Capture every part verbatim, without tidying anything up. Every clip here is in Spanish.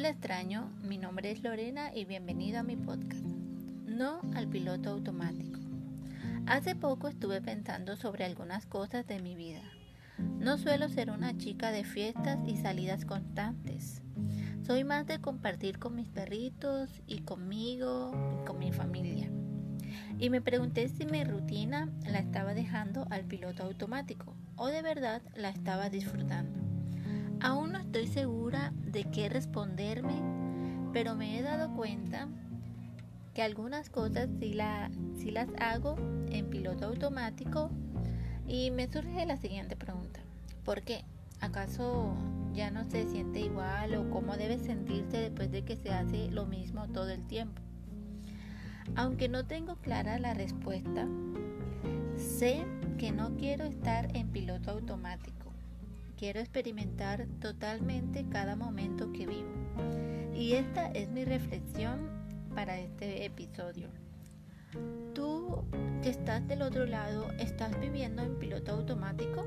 Hola extraño, mi nombre es Lorena y bienvenido a mi podcast. No al piloto automático. Hace poco estuve pensando sobre algunas cosas de mi vida. No suelo ser una chica de fiestas y salidas constantes. Soy más de compartir con mis perritos y conmigo y con mi familia. Y me pregunté si mi rutina la estaba dejando al piloto automático o de verdad la estaba disfrutando. Aún no estoy segura de qué responderme, pero me he dado cuenta que algunas cosas sí, la, sí las hago en piloto automático y me surge la siguiente pregunta. ¿Por qué? ¿Acaso ya no se siente igual o cómo debe sentirse después de que se hace lo mismo todo el tiempo? Aunque no tengo clara la respuesta, sé que no quiero estar en piloto automático. Quiero experimentar totalmente cada momento que vivo. Y esta es mi reflexión para este episodio. ¿Tú que estás del otro lado, estás viviendo en piloto automático?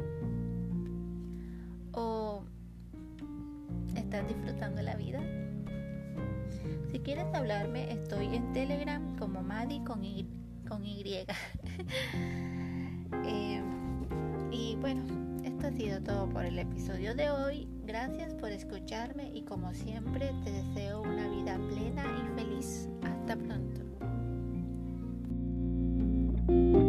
¿O estás disfrutando la vida? Si quieres hablarme, estoy en Telegram como Madi con Y. Con y. eh, y bueno, esto ha sido todo por el episodio de hoy. Gracias por escucharme y como siempre te deseo una vida plena y feliz. Hasta pronto.